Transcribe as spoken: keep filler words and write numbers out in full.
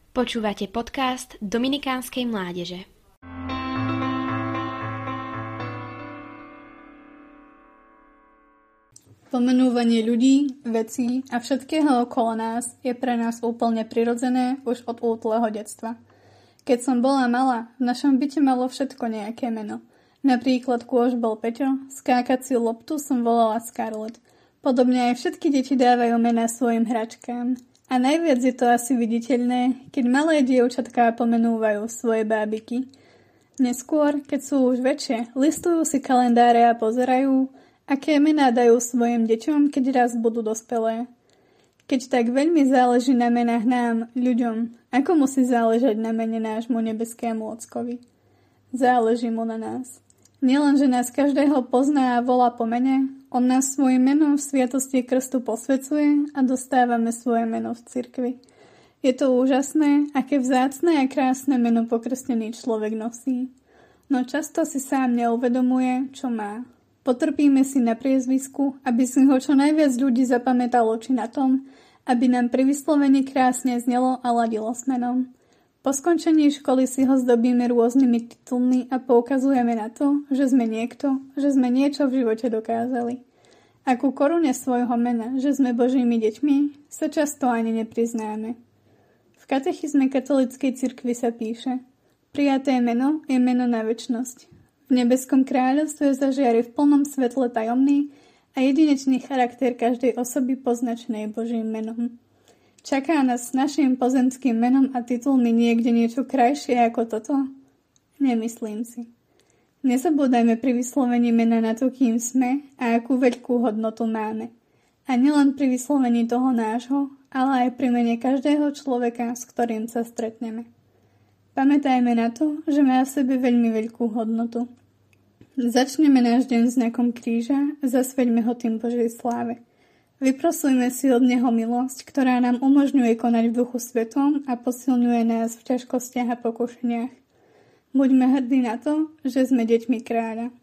Počúvate podcast Dominikánskej mládeže. Pomenúvanie ľudí, vecí a všetkého okolo nás je pre nás úplne prirodzené už od útleho detstva. Keď som bola malá, v našom byte malo všetko nejaké meno. Napríklad kôž bol Peťo, skákaciu loptu som volala Scarlett. Podobne aj všetky deti dávajú mená svojim hračkám. A najviac je to asi viditeľné, keď malé dievčatká pomenúvajú svoje bábiky. Neskôr, keď sú už väčšie, listujú si kalendáre a pozerajú, aké mená dajú svojim deťom, keď raz budú dospelé. Keď tak veľmi záleží na menách nám, ľuďom, ako musí záležať na mene nášmu nebeskému ockovi? Záleží mu na nás. Nielen, že nás každého pozná a volá po mene, on nás svojim menom v sviatosti krstu posvecuje a dostávame svoje meno v cirkvi. Je to úžasné, aké vzácne a krásne meno pokrstený človek nosí. No často si sám neuvedomuje, čo má. Potrpíme si na priezvisku, aby si ho čo najviac ľudí zapamätalo, či na tom, aby nám pri vyslovení krásne znelo a ladilo s menom. Po skončení školy si ho zdobíme rôznymi titulmi a poukazujeme na to, že sme niekto, že sme niečo v živote dokázali. A ku korune svojho mena, že sme Božími deťmi, sa často ani nepriznáme. V katechizme katolíckej cirkvi sa píše: prijaté meno je meno na večnosť. V nebeskom kráľovstve zažiari v plnom svetle tajomný a jedinečný charakter každej osoby poznačenej Božím menom. Čaká nás s našim pozemským menom a titulmi niekde niečo krajšie ako toto? Nemyslím si. Nezabúdajme pri vyslovení mena na to, kým sme a akú veľkú hodnotu máme. A nielen pri vyslovení toho nášho, ale aj pri mene každého človeka, s ktorým sa stretneme. Pamätajme na to, že má v sebe veľmi veľkú hodnotu. Začneme náš deň znakom kríža a zasveďme ho tým Božej sláve. Vyprosujme si od Neho milosť, ktorá nám umožňuje konať v Duchu Svetom a posilňuje nás v ťažkostiach a pokušeniach. Buďme hrdí na to, že sme deťmi kráľa.